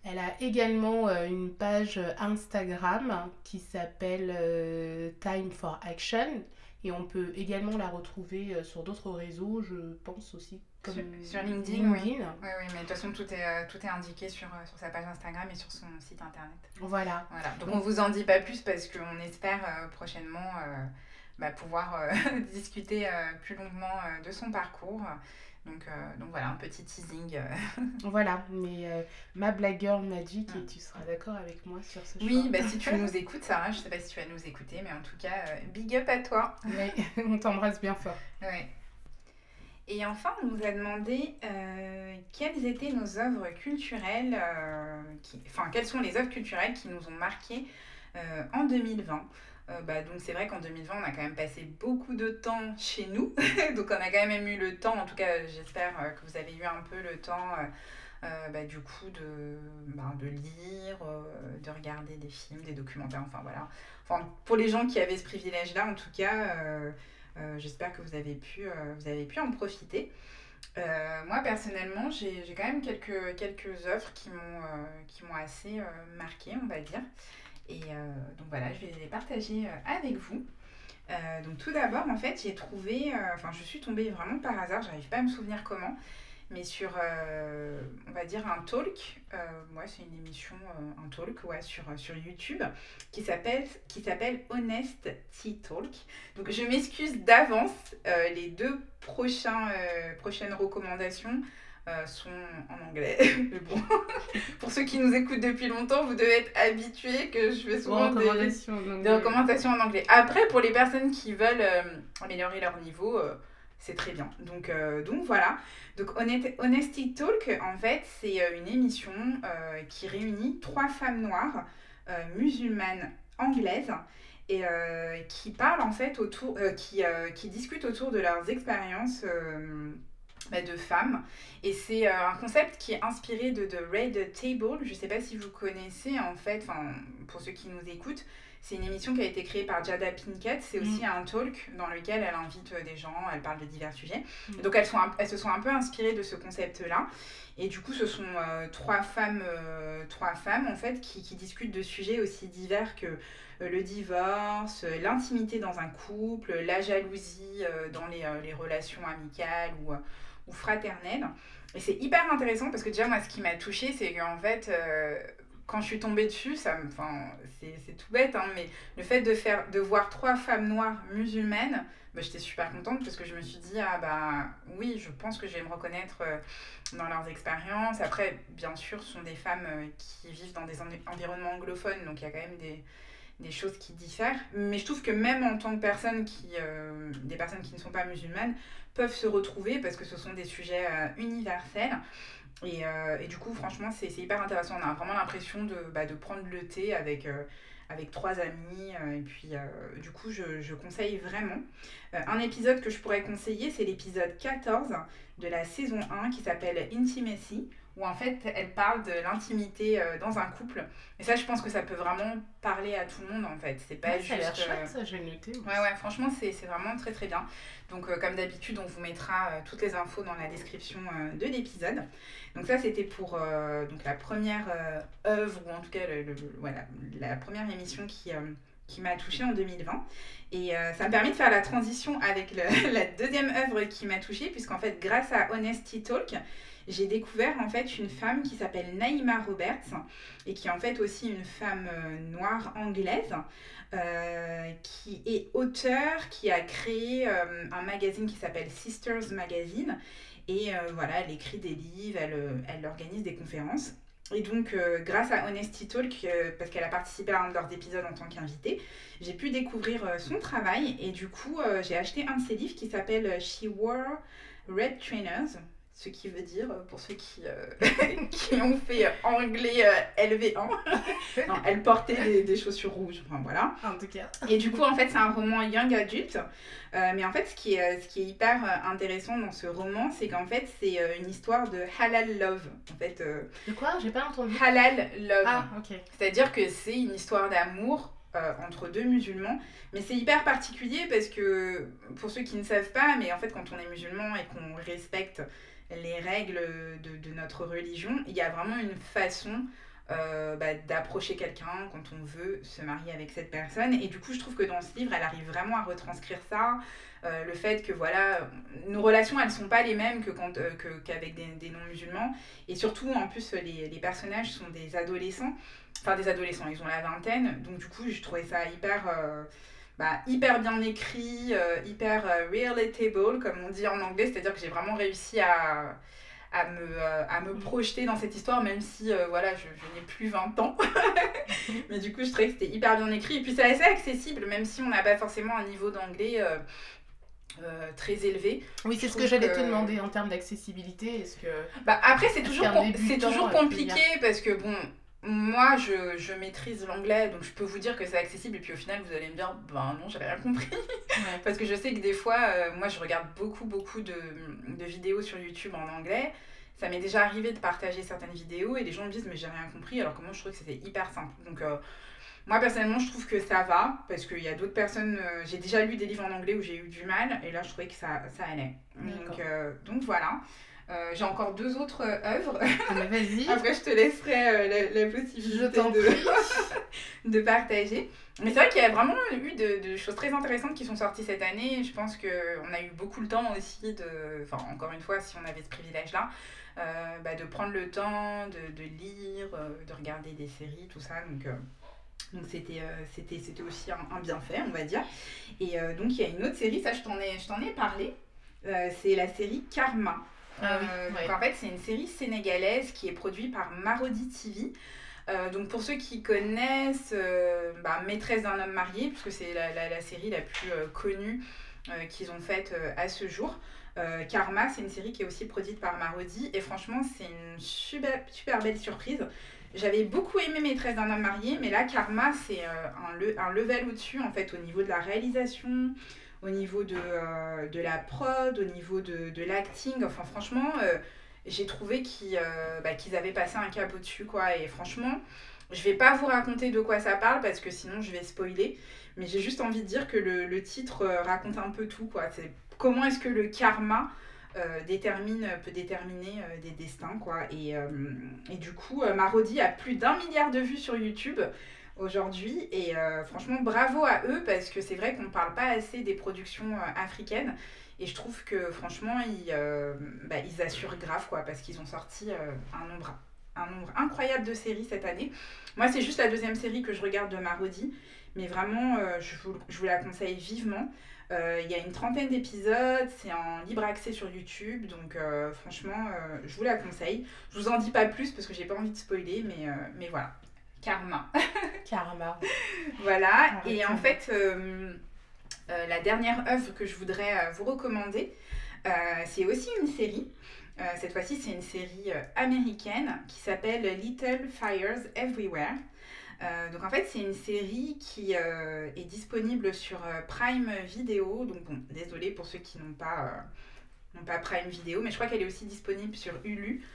Elle a également euh, une page Instagram qui s'appelle euh, Time for Action. Et on peut également la retrouver euh, sur d'autres réseaux, je pense aussi, comme Sur, sur LinkedIn, LinkedIn. Oui. Oui, oui, mais de toute façon, tout est, euh, tout est indiqué sur, euh, sur sa page Instagram et sur son site internet. Voilà. Voilà. Donc, Donc on vous en dit pas plus parce qu'on espère euh, prochainement euh, bah, pouvoir euh, discuter euh, plus longuement euh, de son parcours. Donc, euh, donc voilà, un petit teasing. Euh. Voilà, mais euh, ma blague girl m'a dit que tu seras d'accord avec moi sur ce choix. Oui, bah, si tu nous écoutes, Sarah, je sais pas si tu vas nous écouter, mais en tout cas, euh, big up à toi. Oui, on t'embrasse bien fort. Ouais. Et enfin, on nous a demandé euh, quelles étaient nos œuvres culturelles, euh, qui, enfin, quelles sont les œuvres culturelles qui nous ont marquées euh, en deux mille vingt. Euh, bah, donc c'est vrai qu'en deux mille vingt, on a quand même passé beaucoup de temps chez nous. Donc on a quand même eu le temps, en tout cas j'espère euh, que vous avez eu un peu le temps euh, euh, bah, du coup de, bah, de lire, euh, de regarder des films, des documentaires, enfin voilà. Enfin, pour les gens qui avaient ce privilège-là, en tout cas... Euh, Euh, j'espère que vous avez pu, euh, vous avez pu en profiter. Euh, moi, personnellement, j'ai, j'ai quand même quelques, quelques œuvres qui m'ont, euh, qui m'ont assez euh, marquée, on va dire. Et euh, donc voilà, je vais les partager euh, avec vous. Euh, donc tout d'abord, en fait, j'ai trouvé... euh, Enfin, je suis tombée vraiment par hasard, j'arrive pas à me souvenir comment, mais sur, euh, on va dire, un talk. Euh, ouais, c'est une émission, euh, un talk, ouais, sur, sur YouTube, qui s'appelle, qui s'appelle Honest Tea Talk. Donc, je m'excuse d'avance. Euh, les deux prochains, euh, prochaines recommandations euh, sont en anglais. Mais bon, pour ceux qui nous écoutent depuis longtemps, vous devez être habitués que je fais souvent des recommandations, des recommandations en anglais. Après, pour les personnes qui veulent euh, améliorer leur niveau... Euh, c'est très bien. Donc, euh, donc voilà. Donc Honesty Talk, en fait, c'est une émission euh, qui réunit trois femmes noires euh, musulmanes anglaises et euh, qui parlent en fait autour, euh, qui, euh, qui discutent autour de leurs expériences euh, bah, de femmes. Et c'est euh, un concept qui est inspiré de The Red Table. Je ne sais pas si vous connaissez en fait, pour ceux qui nous écoutent. C'est une émission qui a été créée par Jada Pinkett. C'est aussi mmh. un talk dans lequel elle invite des gens, elle parle de divers sujets. Mmh. Donc elles, sont un, elles se sont un peu inspirées de ce concept-là. Et du coup, ce sont euh, trois, femmes, euh, trois femmes en fait qui, qui discutent de sujets aussi divers que euh, le divorce, euh, l'intimité dans un couple, la jalousie euh, dans les, euh, les relations amicales ou, euh, ou fraternelles. Et c'est hyper intéressant parce que déjà, moi, ce qui m'a touchée, c'est qu'en fait... Euh, quand je suis tombée dessus, ça me, c'est, c'est tout bête, hein, mais le fait de, faire, de voir trois femmes noires musulmanes, bah, j'étais super contente parce que je me suis dit, ah bah oui, je pense que je vais me reconnaître euh, dans leurs expériences. Après, bien sûr, ce sont des femmes euh, qui vivent dans des en- environnements anglophones, donc il y a quand même des, des choses qui diffèrent. Mais je trouve que même en tant que personne qui, euh, des personnes qui ne sont pas musulmanes peuvent se retrouver parce que ce sont des sujets euh, universels. Et, euh, et du coup, franchement, c'est, c'est hyper intéressant. On a vraiment l'impression de, bah, de prendre le thé avec, euh, avec trois amis. Euh, et puis, euh, du coup, je, je conseille vraiment. Euh, un épisode que je pourrais conseiller, c'est l'épisode quatorze de la saison un qui s'appelle Intimacy, où en fait, elle parle de l'intimité euh, dans un couple. Et ça, je pense que ça peut vraiment parler à tout le monde, en fait. C'est pas ouais, juste... Ça a l'air chouette, ça, je vais le noter. Ouais, ouais, franchement, c'est, c'est vraiment très, très bien. Donc, euh, comme d'habitude, on vous mettra euh, toutes les infos dans la description euh, de l'épisode. Donc, ça, c'était pour euh, donc, la première euh, œuvre, ou en tout cas, le, le, le, voilà, la première émission qui... Euh, qui m'a touchée en deux mille vingt. Et euh, ça me permet de faire la transition avec le, la deuxième œuvre qui m'a touchée, puisqu'en fait, grâce à Honesty Talk, j'ai découvert en fait une femme qui s'appelle Naïma Roberts, et qui est en fait aussi une femme euh, noire anglaise, euh, qui est auteure, qui a créé euh, un magazine qui s'appelle Sisters Magazine. Et euh, voilà, elle écrit des livres, elle, elle organise des conférences. Et donc, euh, grâce à Honesty Talk, euh, parce qu'elle a participé à un de leurs épisodes en tant qu'invitée, j'ai pu découvrir euh, son travail. Et du coup, euh, j'ai acheté un de ses livres qui s'appelle She Wore Red Trainers, ce qui veut dire, pour ceux qui, euh, qui ont fait anglais euh, L V un, non, elle portait des, des chaussures rouges, enfin voilà. En tout cas. Et du coup, en fait, c'est un roman young adult. Euh, mais en fait, ce qui est, ce qui est hyper intéressant dans ce roman, c'est qu'en fait, c'est une histoire de halal love. En fait, euh, de quoi? J'ai pas entendu. Halal love. Ah, ok. C'est-à-dire que c'est une histoire d'amour euh, entre deux musulmans. Mais c'est hyper particulier parce que, pour ceux qui ne savent pas, mais en fait, quand on est musulman et qu'on respecte les règles de, de notre religion, il y a vraiment une façon euh, bah, d'approcher quelqu'un quand on veut se marier avec cette personne. Et du coup, je trouve que dans ce livre, elle arrive vraiment à retranscrire ça. Euh, le fait que voilà, nos relations, elles sont pas les mêmes que quand, euh, que, qu'avec des, des non-musulmans. Et surtout, en plus, les, les personnages sont des adolescents. Enfin, des adolescents, ils ont la vingtaine. Donc, du coup, je trouvais ça hyper... Euh, bah, hyper bien écrit, euh, hyper euh, relatable, comme on dit en anglais. C'est-à-dire que j'ai vraiment réussi à... à me, euh, à me projeter dans cette histoire, même si euh, voilà, je, je n'ai plus vingt ans. Mais du coup, je trouvais que c'était hyper bien écrit. Et puis, c'est assez accessible, même si on n'a pas forcément un niveau d'anglais euh, euh, très élevé. Oui, c'est ce que j'allais que... te demander en termes d'accessibilité. Est-ce que... bah, après, c'est toujours, com- c'est toujours compliqué parce que, bon, moi, je, je maîtrise l'anglais, donc je peux vous dire que c'est accessible. Et puis, au final, vous allez me dire, ben non, j'avais rien compris. Ouais. Parce que je sais que des fois, euh, moi, je regarde beaucoup, beaucoup de, de vidéos sur YouTube en anglais. Ça m'est déjà arrivé de partager certaines vidéos et les gens me disent mais j'ai rien compris, alors que moi je trouvais que c'était hyper simple. Donc euh, moi personnellement je trouve que ça va, parce qu'il y a d'autres personnes, euh, j'ai déjà lu des livres en anglais où j'ai eu du mal et là je trouvais que ça, ça allait. Donc, euh, donc voilà. Euh, j'ai encore deux autres euh, œuvres. Mais vas-y. Après je te laisserai euh, la, la possibilité de, de partager. Mais c'est vrai qu'il y a vraiment eu de, de choses très intéressantes qui sont sorties cette année. Je pense qu'on a eu beaucoup le temps aussi de... Enfin, encore une fois, si on avait ce privilège-là, euh, bah, de prendre le temps, de, de lire, euh, de regarder des séries, tout ça. Donc, euh, donc c'était, euh, c'était, c'était aussi un, un bienfait, on va dire. Et euh, donc, il y a une autre série, ça, je t'en ai, je t'en ai parlé. Euh, c'est la série Karma. Ah oui, euh, ouais. donc, en fait, c'est une série sénégalaise qui est produite par Marodi T V. Euh, donc pour ceux qui connaissent euh, bah, Maîtresse d'un homme marié, puisque c'est la, la, la série la plus euh, connue euh, qu'ils ont faite euh, à ce jour. Euh, Karma, c'est une série qui est aussi produite par Marodi et franchement c'est une super, super belle surprise. J'avais beaucoup aimé Maîtresse d'un homme marié, mais là Karma c'est euh, un, le, un level au-dessus en fait au niveau de la réalisation, au niveau de, euh, de la prod, au niveau de, de l'acting, enfin franchement... Euh, j'ai trouvé qu'ils, euh, bah, qu'ils avaient passé un cap au-dessus, quoi. Et franchement, je vais pas vous raconter de quoi ça parle parce que sinon je vais spoiler. Mais j'ai juste envie de dire que le, le titre euh, raconte un peu tout, quoi. C'est comment est-ce que le karma euh, détermine, peut déterminer euh, des destins, quoi. Et, euh, et du coup, euh, Marodi a plus d'un milliard de vues sur YouTube aujourd'hui. Et euh, franchement, bravo à eux parce que c'est vrai qu'on parle pas assez des productions euh, africaines. Et je trouve que franchement, ils, euh, bah, ils assurent grave, quoi, parce qu'ils ont sorti euh, un, nombre, un nombre incroyable de séries cette année. Moi, c'est juste la deuxième série que je regarde de Marodi, mais vraiment, euh, je, vous, je vous la conseille vivement. Euh, il y a une trentaine d'épisodes, c'est en libre accès sur YouTube, donc euh, franchement, euh, je vous la conseille. Je vous en dis pas plus parce que j'ai pas envie de spoiler, mais, euh, mais voilà. Karma. Karma. Voilà, arrête, et en fait... Euh, Euh, la dernière œuvre que je voudrais euh, vous recommander, euh, c'est aussi une série. Euh, cette fois-ci, c'est une série euh, américaine qui s'appelle Little Fires Everywhere. Euh, donc en fait, c'est une série qui euh, est disponible sur euh, Prime Video. Donc bon, désolée pour ceux qui n'ont pas, euh, n'ont pas Prime Video, mais je crois qu'elle est aussi disponible sur Hulu.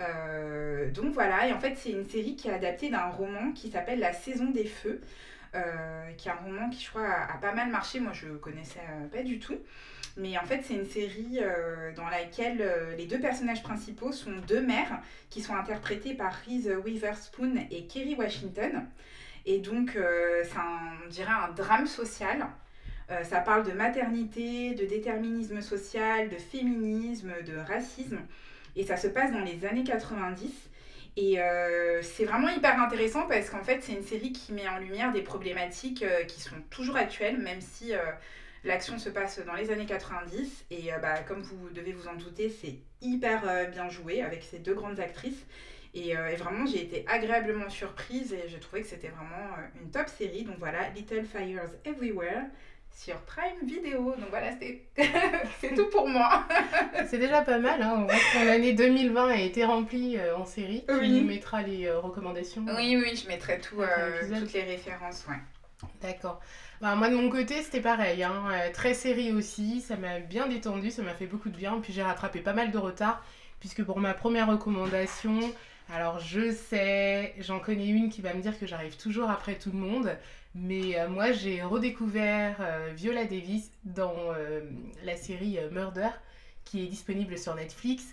Euh, donc voilà, et en fait, c'est une série qui est adaptée d'un roman qui s'appelle La Saison des Feux. Euh, qui est un roman qui je crois a, a pas mal marché, moi je connaissais euh, pas du tout, mais en fait c'est une série euh, dans laquelle euh, les deux personnages principaux sont deux mères qui sont interprétées par Reese Witherspoon et Kerry Washington, et donc euh, c'est un, on dirait un drame social. Euh, ça parle de maternité, de déterminisme social, de féminisme, de racisme, et ça se passe dans les années quatre-vingt-dix. Et euh, c'est vraiment hyper intéressant parce qu'en fait, c'est une série qui met en lumière des problématiques euh, qui sont toujours actuelles, même si euh, l'action se passe dans les années quatre-vingt-dix. Et euh, bah, comme vous devez vous en douter, c'est hyper euh, bien joué avec ces deux grandes actrices. Et, euh, et vraiment, j'ai été agréablement surprise et j'ai trouvé que c'était vraiment euh, une top série. Donc voilà, Little Fires Everywhere sur Prime Video. Donc voilà, c'est, c'est tout pour moi. C'est déjà pas mal, hein. On voit que ton année deux mille vingt a été remplie euh, en série. Oui. Tu nous mettras les euh, recommandations. Oui, oui, je mettrai tout, euh, toutes les références, ouais. D'accord. Bah, moi de mon côté, c'était pareil, hein. Euh, très série aussi, ça m'a bien détendu, ça m'a fait beaucoup de bien. Puis j'ai rattrapé pas mal de retard, puisque pour ma première recommandation, alors je sais, j'en connais une qui va me dire que j'arrive toujours après tout le monde. Mais euh, moi, j'ai redécouvert euh, Viola Davis dans euh, la série euh, Murder, qui est disponible sur Netflix.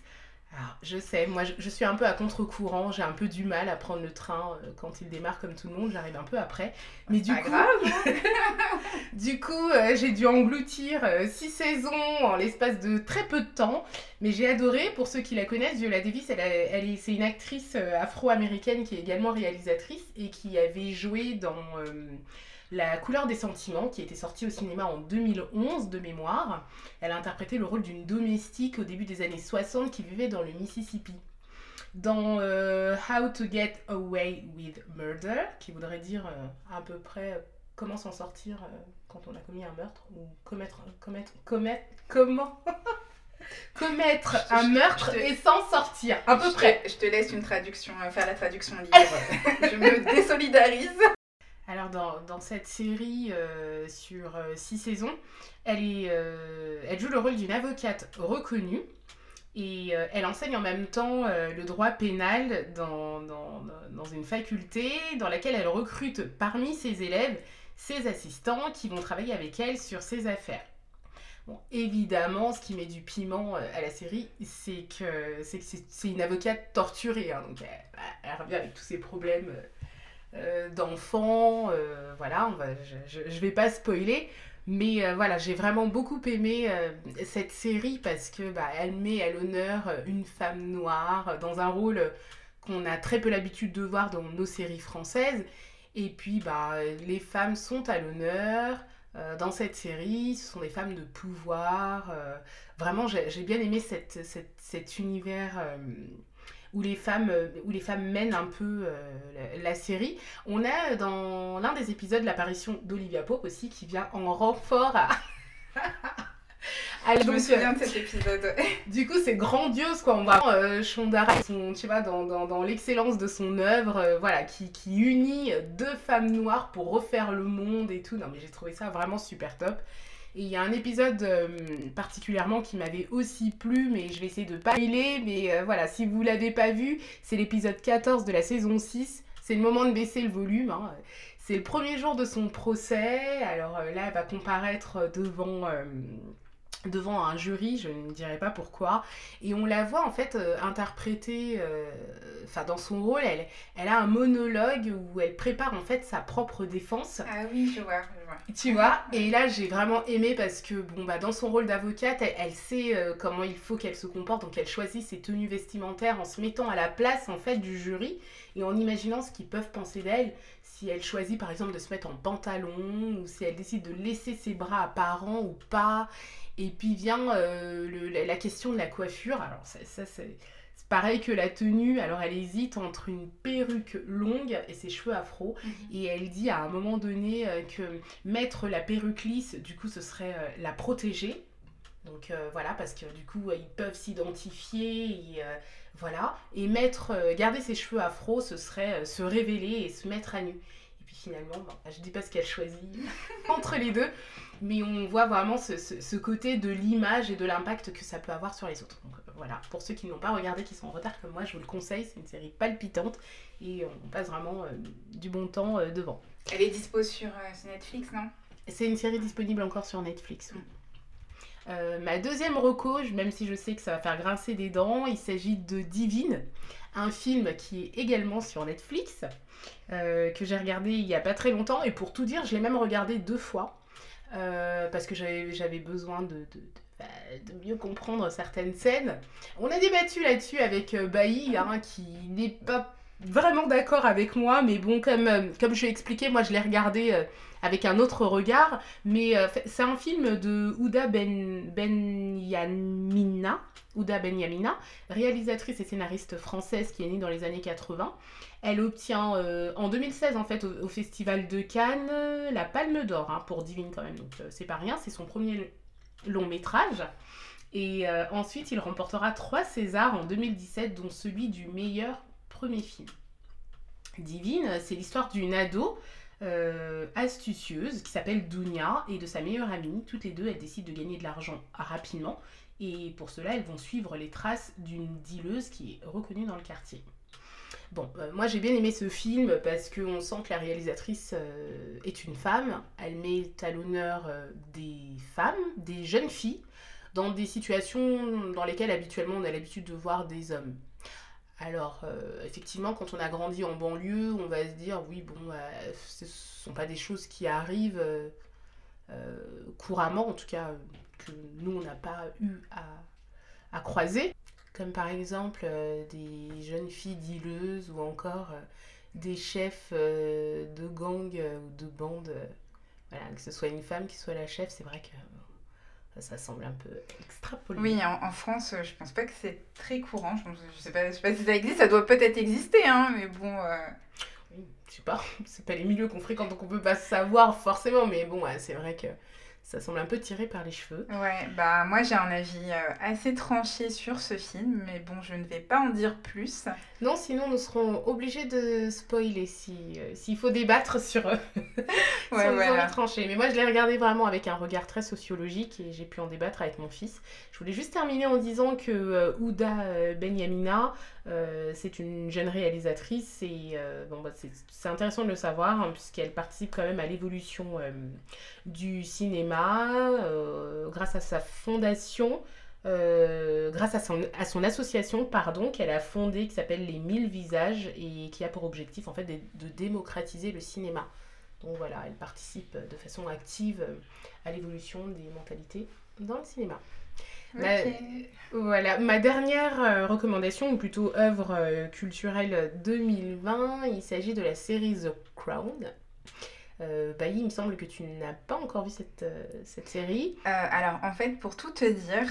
Alors, je sais, moi je, je suis un peu à contre-courant, j'ai un peu du mal à prendre le train euh, quand il démarre comme tout le monde, j'arrive un peu après. Bah, Mais c'est du pas coup, grave. du coup euh, j'ai dû engloutir euh, six saisons en l'espace de très peu de temps. Mais j'ai adoré, pour ceux qui la connaissent, Viola Davis, elle a- elle est, c'est une actrice euh, afro-américaine qui est également réalisatrice et qui avait joué dans euh, La couleur des sentiments, qui était sortie au cinéma en deux mille onze de mémoire. Elle a interprété le rôle d'une domestique au début des années soixante qui vivait dans le Mississippi. Dans euh, How to Get Away with Murder, qui voudrait dire euh, à peu près euh, comment s'en sortir euh, quand on a commis un meurtre, ou commettre, commettre, commettre, comment commettre Je te- un je te- meurtre je te- et s'en sortir, à peu Je près. te, je te laisse une traduction, euh, faire la traduction libre. Je me désolidarise. Alors dans, dans cette série euh, sur euh, six saisons, elle, est, euh, elle joue le rôle d'une avocate reconnue et euh, elle enseigne en même temps euh, le droit pénal dans, dans, dans une faculté dans laquelle elle recrute parmi ses élèves ses assistants qui vont travailler avec elle sur ses affaires. Bon, évidemment, ce qui met du piment euh, à la série, c'est que c'est, que c'est, c'est une avocate torturée, hein, donc elle, elle revient avec tous ses problèmes euh, euh, d'enfants, euh, voilà, on va, je, je, je vais pas spoiler, mais euh, voilà, j'ai vraiment beaucoup aimé euh, cette série parce que bah, elle met à l'honneur euh, une femme noire dans un rôle qu'on a très peu l'habitude de voir dans nos séries françaises, et puis bah, les femmes sont à l'honneur. Euh, dans cette série, ce sont des femmes de pouvoir. Euh, vraiment, j'ai, j'ai bien aimé cette, cette, cet univers euh, où les femmes, euh, où les femmes mènent un peu euh, la, la série. On a dans l'un des épisodes l'apparition d'Olivia Pope aussi qui vient en renfort à... à Je donc, me souviens de cet épisode. du coup, c'est grandiose, quoi. On voit euh, Shonda, son, tu vois, dans, dans, dans l'excellence de son œuvre, euh, voilà, qui, qui unit deux femmes noires pour refaire le monde et tout. Non, mais j'ai trouvé ça vraiment super top. Et il y a un épisode euh, particulièrement qui m'avait aussi plu, mais je vais essayer de pas spoiler, mais euh, voilà, si vous l'avez pas vu, c'est l'épisode quatorze de la saison six. C'est le moment de baisser le volume, hein. C'est le premier jour de son procès. Alors euh, là, elle va comparaître devant... Euh, devant un jury, je ne dirais pas pourquoi, et on la voit en fait euh, interpréter, enfin euh, dans son rôle, elle, elle a un monologue où elle prépare en fait sa propre défense. Ah oui, je vois, je vois. Tu vois, et là j'ai vraiment aimé parce que bon bah dans son rôle d'avocate, elle, elle sait euh, comment il faut qu'elle se comporte, donc elle choisit ses tenues vestimentaires en se mettant à la place en fait du jury et en imaginant ce qu'ils peuvent penser d'elle. Si elle choisit par exemple de se mettre en pantalon ou si elle décide de laisser ses bras apparents ou pas. Et puis vient euh, le, la, la question de la coiffure. Alors ça, ça c'est, c'est pareil que la tenue. Alors elle hésite entre une perruque longue et ses cheveux afro. Mmh. Et elle dit à un moment donné euh, que mettre la perruque lisse, du coup ce serait euh, la protéger. Donc euh, voilà, parce que du coup, euh, ils peuvent s'identifier, et, euh, voilà. Et mettre, euh, garder ses cheveux afro, ce serait euh, se révéler et se mettre à nu. Et puis finalement, bon, je dis pas ce qu'elle choisit entre les deux, mais on voit vraiment ce, ce, ce côté de l'image et de l'impact que ça peut avoir sur les autres. Donc euh, voilà, pour ceux qui n'ont pas regardé, qui sont en retard comme moi, je vous le conseille, c'est une série palpitante et on passe vraiment euh, du bon temps euh, devant. Elle est dispo sur, euh, sur Netflix, non ? C'est une série disponible encore sur Netflix, oui. Euh, ma deuxième reco, même si je sais que ça va faire grincer des dents, il s'agit de Divine, un film qui est également sur Netflix, euh, que j'ai regardé il n'y a pas très longtemps, et pour tout dire, je l'ai même regardé deux fois, euh, parce que j'avais, j'avais besoin de, de, de, de mieux comprendre certaines scènes. On a débattu là-dessus avec euh, Bailly, hein, qui n'est pas vraiment d'accord avec moi, mais bon, comme, euh, comme je l'ai expliqué, moi je l'ai regardé euh, avec un autre regard, mais euh, c'est un film de Houda Ben, Benyamina, Houda Benyamina, réalisatrice et scénariste française qui est née dans les années quatre-vingts. Elle obtient euh, en deux mille seize en fait au, au Festival de Cannes euh, la Palme d'Or, hein, pour Divine quand même, donc euh, c'est pas rien, c'est son premier long métrage. Et euh, ensuite il remportera trois Césars en deux mille dix-sept, dont celui du meilleur premier film. Divine, c'est l'histoire d'une ado euh, astucieuse qui s'appelle Dounia et de sa meilleure amie. Toutes les deux, elles décident de gagner de l'argent rapidement et pour cela, elles vont suivre les traces d'une dealeuse qui est reconnue dans le quartier. Bon, euh, moi j'ai bien aimé ce film parce qu'on sent que la réalisatrice euh, est une femme. Elle met à l'honneur euh, des femmes, des jeunes filles, dans des situations dans lesquelles habituellement on a l'habitude de voir des hommes. Alors, euh, effectivement, quand on a grandi en banlieue, on va se dire, oui, bon, euh, ce ne sont pas des choses qui arrivent euh, euh, couramment, en tout cas, euh, que nous, on n'a pas eu à, à croiser. Comme par exemple euh, des jeunes filles dealeuses ou encore euh, des chefs euh, de gang euh, ou de bandes. euh, voilà, que ce soit une femme qui soit la chef, c'est vrai que euh, ça semble un peu extrapolé. Oui, en, en France, euh, je pense pas que c'est très courant. Je, pense, je, sais pas, je sais pas si ça existe, ça doit peut-être exister, hein, mais bon. Euh... Oui, je sais pas, c'est pas les milieux qu'on fréquente donc on peut pas savoir forcément, mais bon, ouais, c'est vrai que ça semble un peu tiré par les cheveux. Ouais, bah moi j'ai un avis euh, assez tranché sur ce film, mais bon, je ne vais pas en dire plus. Non, sinon nous serons obligés de spoiler si, euh, s'il faut débattre sur, euh, Ouais, sur les voilà. envies tranchées. Mais moi je l'ai regardé vraiment avec un regard très sociologique et j'ai pu en débattre avec mon fils. Je voulais juste terminer en disant que euh, Ouda euh, Benyamina, euh, c'est une jeune réalisatrice et euh, bon, bah, c'est, c'est intéressant de le savoir hein, puisqu'elle participe quand même à l'évolution euh, du cinéma euh, grâce à sa fondation. Euh, grâce à son, à son association pardon, qu'elle a fondée qui s'appelle Les Mille Visages et qui a pour objectif en fait de, de démocratiser le cinéma. Donc voilà, elle participe de façon active à l'évolution des mentalités dans le cinéma. Ok. Ma, voilà, ma dernière euh, recommandation, ou plutôt œuvre euh, culturelle deux mille vingt, il s'agit de la série The Crown. Euh, bah, il me semble que tu n'as pas encore vu cette, euh, cette série. Euh, alors en fait, pour tout te dire,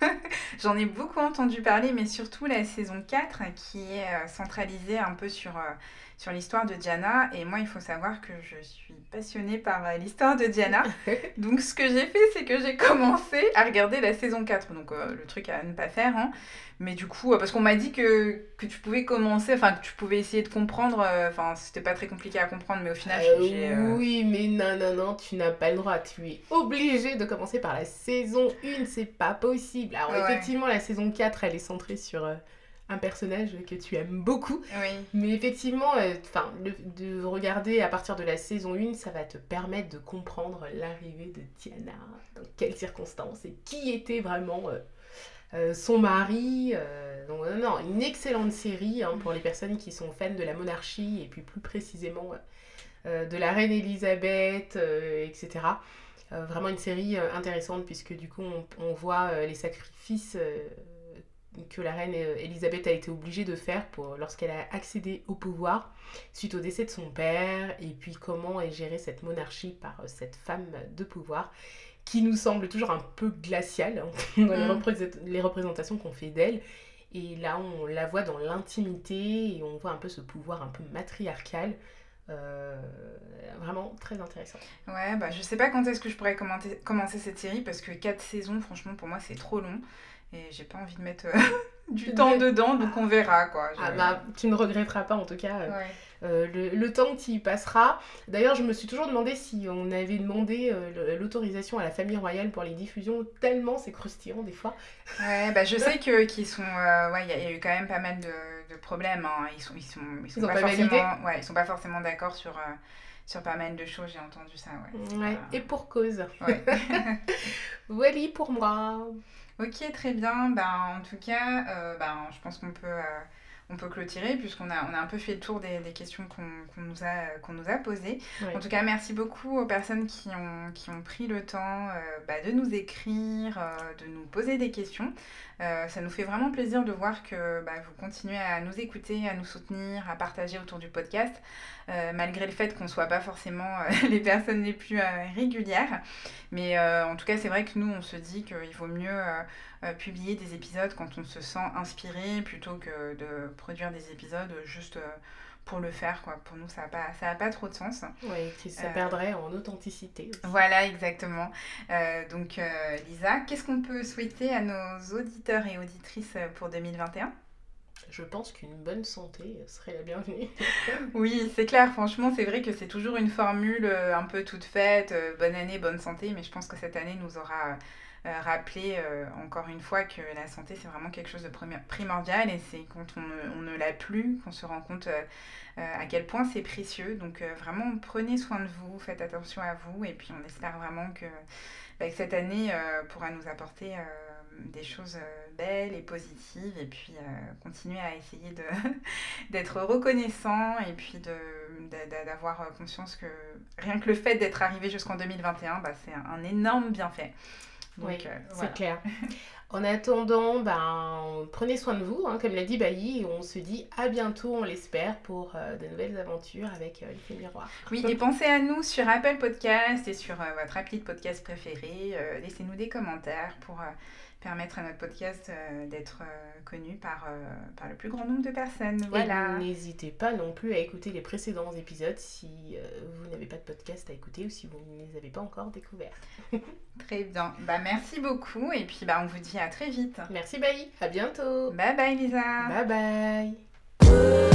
j'en ai beaucoup entendu parler, mais surtout la saison quatre qui est euh, centralisée un peu sur, euh, sur l'histoire de Diana. Et moi, il faut savoir que je suis passionnée par euh, l'histoire de Diana. Donc ce que j'ai fait, c'est que j'ai commencé à regarder la saison quatre. Donc euh, le truc à ne pas faire. Hein. Mais du coup, euh, parce qu'on m'a dit que, que tu pouvais commencer, enfin que tu pouvais essayer de comprendre, enfin euh, c'était pas très compliqué à comprendre, mais au final Euh, j'ai... Euh... oui, mais non, non, non, tu n'as pas le droit. Tu es obligé de commencer par la saison un, c'est pas possible. Alors, Ouais. effectivement, la saison quatre, elle est centrée sur euh, un personnage que tu aimes beaucoup. Oui. Mais effectivement, enfin, euh, de regarder à partir de la saison un, ça va te permettre de comprendre l'arrivée de Diana, dans quelles circonstances et qui était vraiment euh, euh, son mari. Euh, donc, non, non, une excellente série hein, pour les personnes qui sont fans de la monarchie et puis plus précisément euh, de la reine Elisabeth, euh, et cetera. Euh, vraiment une série euh, intéressante puisque du coup on, on voit euh, les sacrifices euh, que la reine Elisabeth a été obligée de faire pour, lorsqu'elle a accédé au pouvoir suite au décès de son père et puis comment est gérée cette monarchie par euh, cette femme de pouvoir qui nous semble toujours un peu glaciale hein, dans mm. les, représent- les représentations qu'on fait d'elle. Et là, on la voit dans l'intimité et on voit un peu ce pouvoir un peu matriarcal. Euh, vraiment très intéressant. Ouais, bah je sais pas quand est-ce que je pourrais commenter, commencer cette série parce que quatre saisons, franchement, pour moi, c'est trop long. Et j'ai pas envie de mettre euh, du temps mais... dedans, donc on verra quoi. Je... Ah bah, tu ne regretteras pas en tout cas. Ouais. Euh, le, le temps que tu y passeras. D'ailleurs, je me suis toujours demandé si on avait demandé euh, l'autorisation à la famille royale pour les diffusions, tellement c'est croustillant des fois. Ouais, bah je sais que, qu'ils sont... Euh, ouais, il y, y a eu quand même pas mal de, de problèmes. Hein. Ils sont, ils sont, ils sont, ils pas, pas forcément, ouais, ils sont pas forcément d'accord sur, euh, sur pas mal de choses, j'ai entendu ça. Ouais, ouais pas... Et pour cause. Ouais. Voilà pour moi. Ok, très bien. Bah, en tout cas, euh, bah, je pense qu'on peut... Euh, on peut clôturer puisqu'on a, on a un peu fait le tour des, des questions qu'on, qu'on, nous a, qu'on nous a posées. Ouais. En tout cas, merci beaucoup aux personnes qui ont, qui ont pris le temps euh, bah, de nous écrire, euh, de nous poser des questions. Euh, ça nous fait vraiment plaisir de voir que bah, vous continuez à nous écouter, à nous soutenir, à partager autour du podcast, euh, malgré le fait qu'on ne soit pas forcément euh, les personnes les plus euh, régulières. Mais euh, en tout cas, c'est vrai que nous, on se dit qu'il vaut mieux euh, euh, publier des épisodes quand on se sent inspiré plutôt que de produire des épisodes juste... Euh, pour le faire, quoi. Pour nous, ça n'a pas, ça a pas trop de sens. Oui, ça euh, perdrait en authenticité aussi. Voilà, exactement. Euh, donc, euh, Lisa, qu'est-ce qu'on peut souhaiter à nos auditeurs et auditrices pour deux mille vingt et un ? Je pense qu'une bonne santé serait la bienvenue. Oui, c'est clair. Franchement, c'est vrai que c'est toujours une formule un peu toute faite. Euh, bonne année, bonne santé. Mais je pense que cette année nous aura... Euh, rappeler euh, encore une fois que la santé c'est vraiment quelque chose de primordial et c'est quand on ne, on ne l'a plus qu'on se rend compte euh, euh, à quel point c'est précieux. Donc euh, vraiment prenez soin de vous, faites attention à vous et puis on espère vraiment que, bah, que cette année euh, pourra nous apporter euh, des choses euh, belles et positives et puis euh, continuer à essayer de d'être reconnaissant et puis de, de, d'avoir conscience que rien que le fait d'être arrivé jusqu'en deux mille vingt et un, bah, c'est un, un énorme bienfait. Donc, oui, euh, c'est voilà. clair. En attendant, ben, prenez soin de vous, hein, comme l'a dit Bailly, et on se dit à bientôt, on l'espère, pour euh, de nouvelles aventures avec euh, l'effet miroir. Oui, et pensez à nous sur Apple Podcast et sur euh, votre appli de podcast préféré. Euh, laissez-nous des commentaires pour euh, permettre à notre podcast euh, d'être euh, connu par, euh, par le plus grand nombre de personnes. Voilà. Et n'hésitez pas non plus à écouter les précédents épisodes si euh, vous n'avez pas de podcast à écouter ou si vous ne les avez pas encore découverts. Très bien. Bah, merci beaucoup et puis bah, on vous dit à très vite. Merci Bailly, à bientôt. Bye bye Lisa. Bye bye.